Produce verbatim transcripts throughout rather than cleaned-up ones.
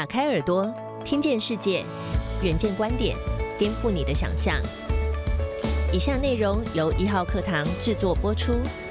打开耳朵，听见世界，远见观点，颠覆你的想象。以下内容由一号课堂制作播出。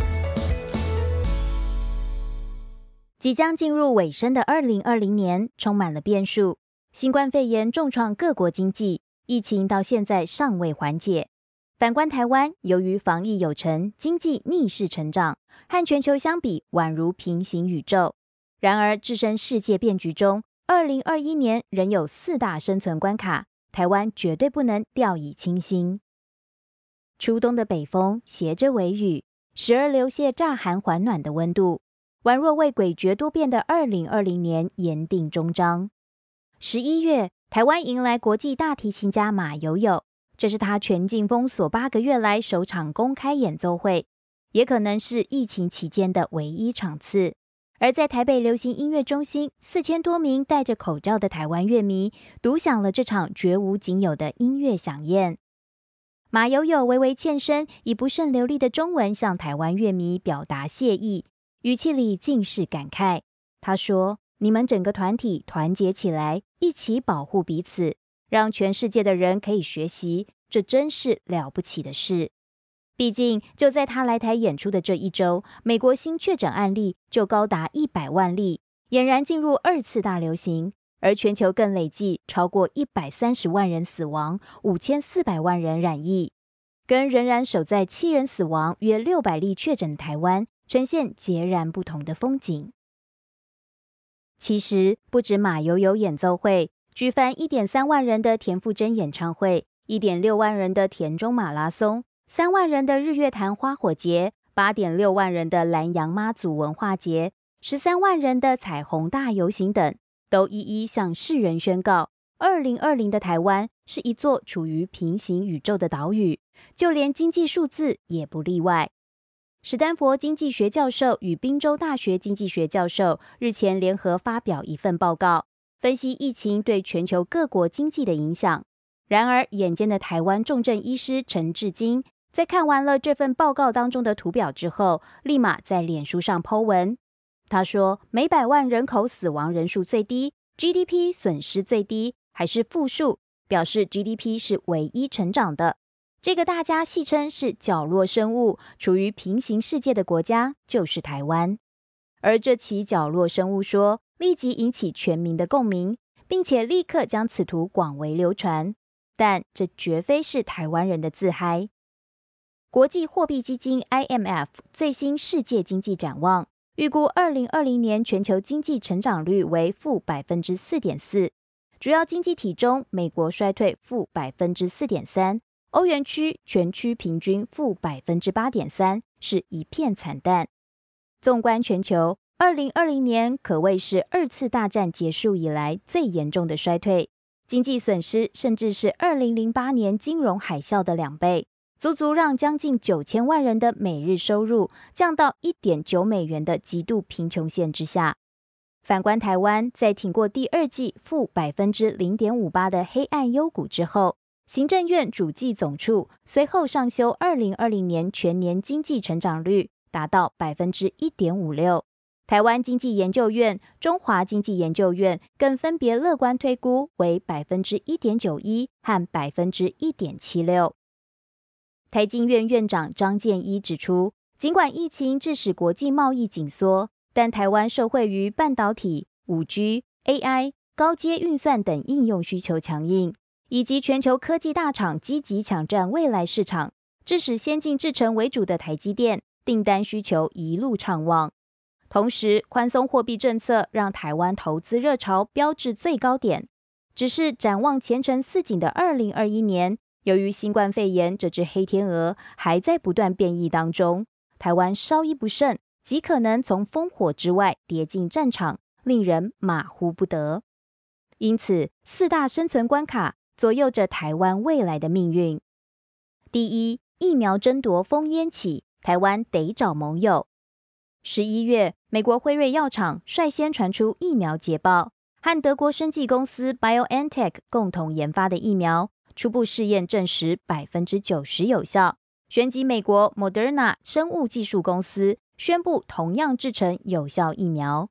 即将进入尾声的二零二零年充满了变数，新冠肺炎重创各国经济，疫情到现在尚未缓解。反观台湾，由于防疫有成，经济逆势成长，和全球相比宛如平行宇宙。然而置身世界变局中，二零二一年仍有四大生存关卡，台湾绝对不能掉以轻心。初冬的北风携着微雨，时而流泻乍寒还暖的温度，宛若为诡谲多变的二零二零年言定终章。十一月，台湾迎来国际大提琴家马友友，这是他全境封锁八个月来首场公开演奏会，也可能是疫情期间的唯一场次。而在台北流行音乐中心，四千多名戴着口罩的台湾乐迷独享了这场绝无仅有的音乐飨宴。马友友微微欠身，以不甚流利的中文向台湾乐迷表达谢意，语气里尽是感慨。他说：“你们整个团体团结起来，一起保护彼此，让全世界的人可以学习，这真是了不起的事。”毕竟，就在他来台演出的这一周，美国新确诊案例就高达一百万例，俨然进入二次大流行，而全球更累计超过一百三十万人死亡，五千四百万人染疫，跟仍然守在七人死亡、约六百例确诊的台湾，呈现截然不同的风景。其实，不止马友友演奏会，举凡 一点三万人的田馥甄演唱会， 一点六万人的田中马拉松，三万人的日月潭花火节， 八点六万人的兰阳妈祖文化节，十三万人的彩虹大游行等，都一一向世人宣告，二零二零的台湾是一座处于平行宇宙的岛屿，就连经济数字也不例外。史丹佛经济学教授与宾州大学经济学教授日前联合发表一份报告，分析疫情对全球各国经济的影响。然而，眼尖的台湾重症医师陈志金在看完了这份报告当中的图表之后，立马在脸书上 po 文。他说，每百万人口死亡人数最低， G D P 损失最低，还是负数，表示 G D P 是唯一成长的。这个大家戏称是角落生物，处于平行世界的国家就是台湾。而这起角落生物说立即引起全民的共鸣，并且立刻将此图广为流传，但这绝非是台湾人的自嗨。国际货币基金 I M F 最新世界经济展望，预估二零二零年全球经济成长率为负 百分之四点四， 主要经济体中美国衰退负 百分之四点三， 欧元区全区平均负 百分之八点三， 是一片惨淡。纵观全球，二零二零年可谓是二次大战结束以来最严重的衰退，经济损失甚至是二零零八年金融海啸的两倍，足足让将近九千万人的每日收入降到 一点九美元的极度贫穷线之下。反观台湾，在挺过第二季负 百分之零点五八 的黑暗幽谷之后，行政院主计总处随后上修二零二零年全年经济成长率，达到 百分之一点五六。台湾经济研究院、中华经济研究院更分别乐观推估为 百分之一点九一 和 百分之一点七六。台经院院长张建一指出，尽管疫情致使国际贸易紧缩，但台湾受惠于半导体、五 G、A I、高阶运算等应用需求强硬，以及全球科技大厂积极抢占未来市场，致使先进制程为主的台积电订单需求一路畅旺。同时，宽松货币政策让台湾投资热潮飙至最高点。只是展望前程似锦的二零二一年，由于新冠肺炎这只黑天鹅还在不断变异当中，台湾稍一不慎，极可能从烽火之外跌进战场，令人马虎不得。因此，四大生存关卡左右着台湾未来的命运。第一，疫苗争夺烽烟起，台湾得找盟友。十一月，美国辉瑞药厂率先传出疫苗捷报，和德国生技公司 BioNTech 共同研发的疫苗，初步试验证实 百分之九十 有效。旋即美国 Moderna 生物技术公司宣布同样制成有效疫苗。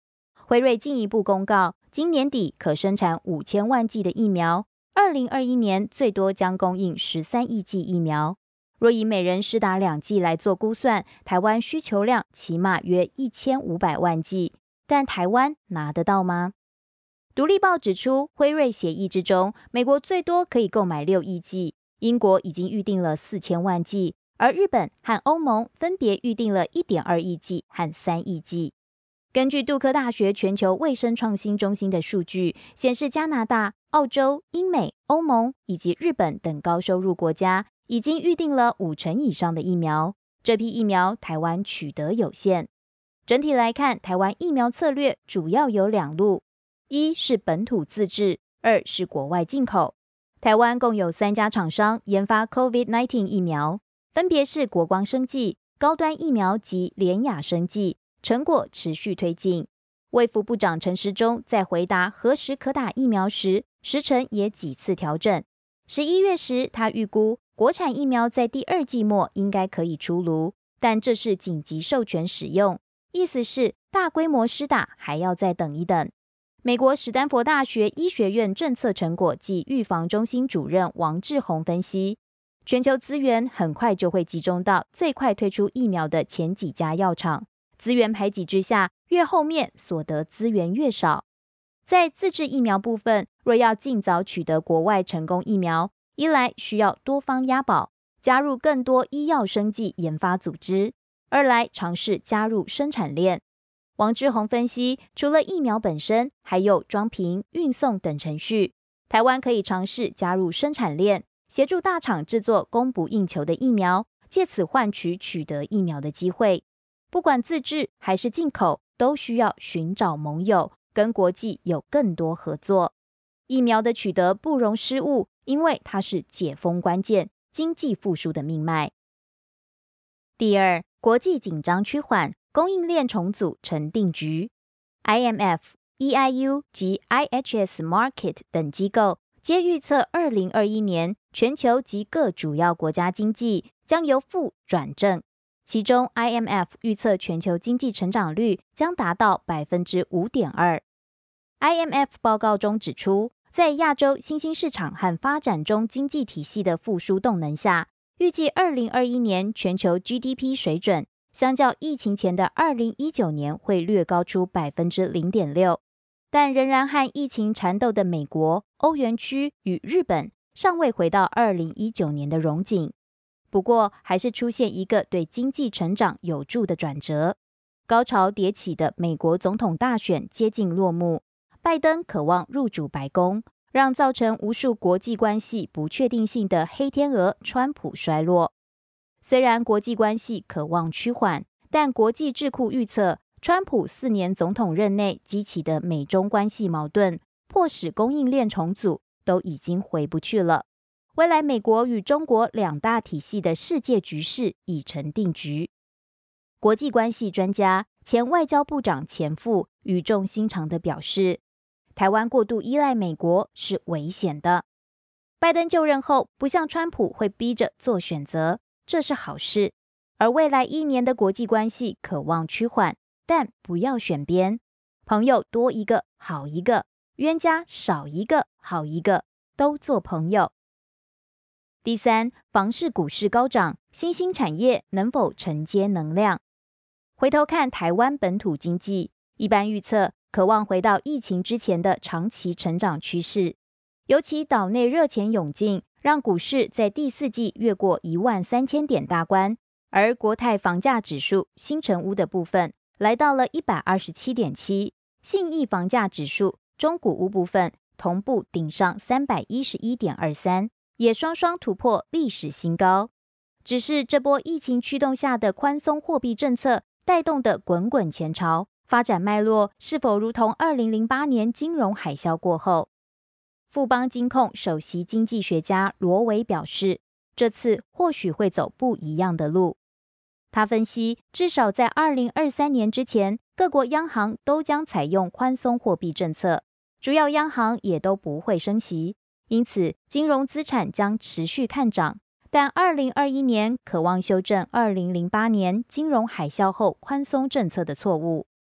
辉瑞进一步公告，今年底可生产五千万剂的疫苗，二零二一年最多将供应十三亿剂疫苗。若以每人施打两剂来做估算，台湾需求量起码约一千五百万剂，但台湾拿得到吗？独立报指出，辉瑞协议之中，美国最多可以购买六亿剂，英国已经预定了四千万剂，而日本和欧盟分别预定了 一点二亿剂和三亿剂。根据杜克大学全球卫生创新中心的数据显示，加拿大、澳洲、英美、欧盟以及日本等高收入国家已经预定了五成以上的疫苗，这批疫苗台湾取得有限。整体来看，台湾疫苗策略主要有两路，一是本土自制，二是国外进口。台湾共有三家厂商研发 COVID 十九 疫苗，分别是国光生技、高端疫苗及联雅生技，成果持续推进。卫福部长陈时中在回答何时可打疫苗时，时程也几次调整。十一月时，他预估国产疫苗在第二季末应该可以出炉，但这是紧急授权使用，意思是大规模施打还要再等一等。美国史丹佛大学医学院政策成果及预防中心主任王志宏分析，全球资源很快就会集中到最快推出疫苗的前几家药厂，资源排挤之下，越后面所得资源越少。在自制疫苗部分，若要尽早取得国外成功疫苗，一来需要多方押宝，加入更多医药生技研发组织；二来尝试加入生产链。王志宏分析，除了疫苗本身，还有装瓶、运送等程序，台湾可以尝试加入生产链，协助大厂制作供不应求的疫苗，借此换取取得疫苗的机会。不管自制还是进口，都需要寻找盟友，跟国际有更多合作。疫苗的取得不容失误，因为它是解封关键、经济复苏的命脉。第二，国际紧张趋缓，供应链重组成定局。I M F、E I U 及 I H S Markit 等机构皆预测，二零二一年全球及各主要国家经济将由负转正。其中 I M F 预测全球经济成长率将达到 百分之五点二。I M F 报告中指出，在亚洲新兴市场和发展中经济体系的复苏动能下，预计二零二一年全球 G D P 水准相较疫情前的二零一九年会略高出 百分之零点六， 但仍然和疫情缠斗的美国、欧元区与日本尚未回到二零一九年的荣景。不过，还是出现一个对经济成长有助的转折。高潮迭起的美国总统大选接近落幕，拜登渴望入主白宫，让造成无数国际关系不确定性的黑天鹅川普衰落。虽然国际关系可望趋缓，但国际智库预测，川普四年总统任内激起的美中关系矛盾，迫使供应链重组，都已经回不去了。未来美国与中国两大体系的世界局势已成定局。国际关系专家、前外交部长钱复语重心长地表示，台湾过度依赖美国是危险的。拜登就任后，不像川普会逼着做选择，这是好事。而未来一年的国际关系可望趋缓，但不要选边，朋友多一个好一个，冤家少一个好一个，都做朋友。第三，房市股市高涨，新兴产业能否承接能量？回头看台湾本土经济，一般预测可望回到疫情之前的长期成长趋势。尤其岛内热钱涌进，让股市在第四季越过一万三千点大关，而国泰房价指数新成屋的部分来到了 一百二十七点七， 信义房价指数中古屋部分同步顶上 三百一十一点二三，也双双突破历史新高。只是这波疫情驱动下的宽松货币政策带动的滚滚钱潮，发展脉络是否如同二零零八年金融海啸过后？富邦金控首席经济学家罗维表示，这次或许会走不一样的路。他分析，至少在二零二三年之前，各国央行都将采用宽松货币政策，主要央行也都不会升息，因此金融资产将持续看涨。但二零二一年可望修正二零零八年金融海啸后宽松政策的错误。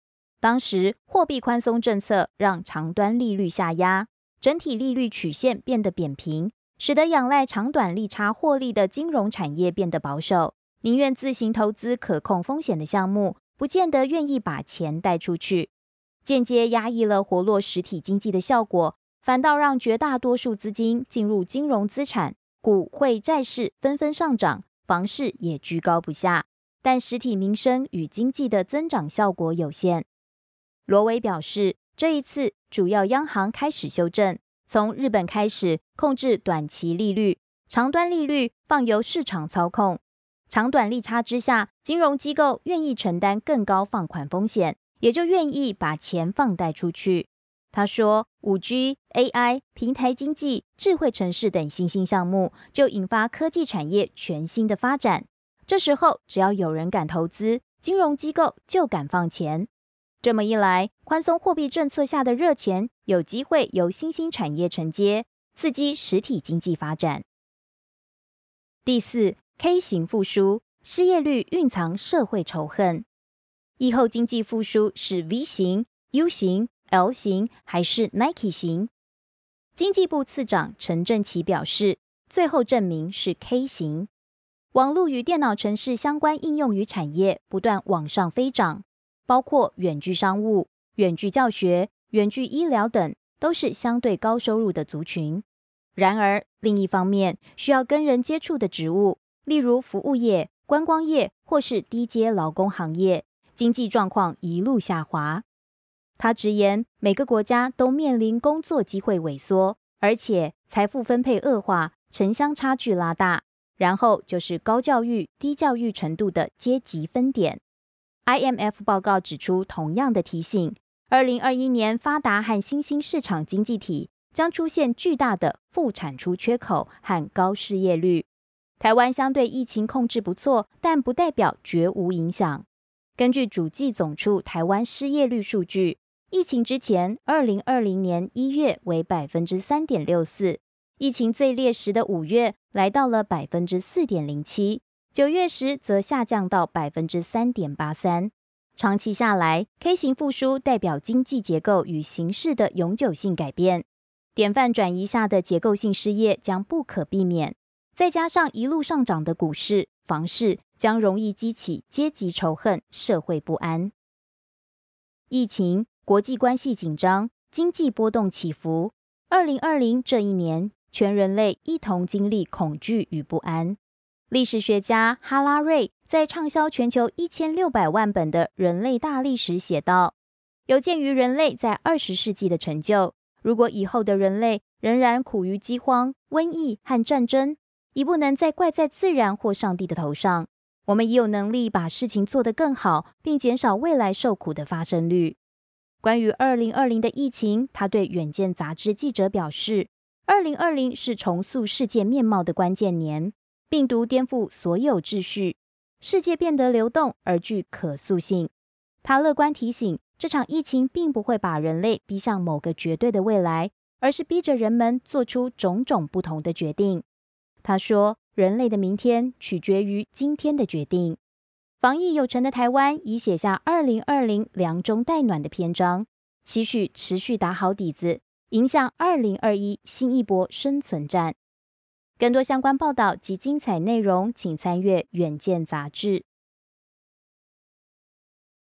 当时货币宽松政策让长端利率下压，整体利率曲线变得扁平，使得仰赖长短利差获利的金融产业变得保守，宁愿自行投资可控风险的项目，不见得愿意把钱贷出去，间接压抑了活络实体经济的效果，反倒让绝大多数资金进入金融资产，股汇债市纷纷上涨，房市也居高不下，但实体民生与经济的增长效果有限。罗维表示，这一次主要央行开始修正，从日本开始控制短期利率，长端利率放由市场操控。长短利差之下，金融机构愿意承担更高放款风险，也就愿意把钱放贷出去。他说 五 G、A I、平台经济、智慧城市等新兴项目就引发科技产业全新的发展。这时候只要有人敢投资，金融机构就敢放钱。这么一来，宽松货币政策下的热钱有机会由新兴产业承接，刺激实体经济发展。第四 ，K 型复苏，失业率蕴藏社会仇恨。疫后经济复苏是 V 型、U 型、L 型还是 Nike 型？经济部次长陈正奇表示，最后证明是 K 型。网络与电脑程式相关应用与产业不断往上飞涨，包括远距商务、远距教学、远距医疗等，都是相对高收入的族群。然而，另一方面，需要跟人接触的职务，例如服务业、观光业或是低阶劳工行业，经济状况一路下滑。他直言，每个国家都面临工作机会萎缩，而且财富分配恶化，城乡差距拉大，然后就是高教育、低教育程度的阶级分点。I M F 报告指出同样的提醒，二零二一年发达和新兴市场经济体将出现巨大的负产出缺口和高失业率。台湾相对疫情控制不错，但不代表绝无影响。根据主计总处台湾失业率数据，疫情之前二零二零年一月为 百分之三点六四， 疫情最烈时的五月来到了 百分之四点零七，九月时则下降到 百分之三点八三。 长期下来 K 型复苏代表经济结构与形势的永久性改变，典范转移下的结构性失业将不可避免，再加上一路上涨的股市、房市，将容易激起阶级仇恨、社会不安。疫情、国际关系紧张、经济波动起伏，二零二零这一年，全人类一同经历恐惧与不安。历史学家哈拉瑞在畅销全球一千六百万本的《人类大历史》写道，有鉴于人类在二十世纪的成就，如果以后的人类仍然苦于饥荒、瘟疫和战争，已不能再怪在自然或上帝的头上，我们也有能力把事情做得更好，并减少未来受苦的发生率。关于二零二零的疫情，他对《远见》杂志记者表示，二零二零是重塑世界面貌的关键年，病毒颠覆所有秩序，世界变得流动而具可塑性。他乐观提醒，这场疫情并不会把人类逼向某个绝对的未来，而是逼着人们做出种种不同的决定。他说，人类的明天取决于今天的决定。防疫有成的台湾已写下二零二零凉中带暖的篇章，期许持续打好底子，迎向二零二一新一波生存战。更多相关报道及精彩内容，请参阅《远见》杂志。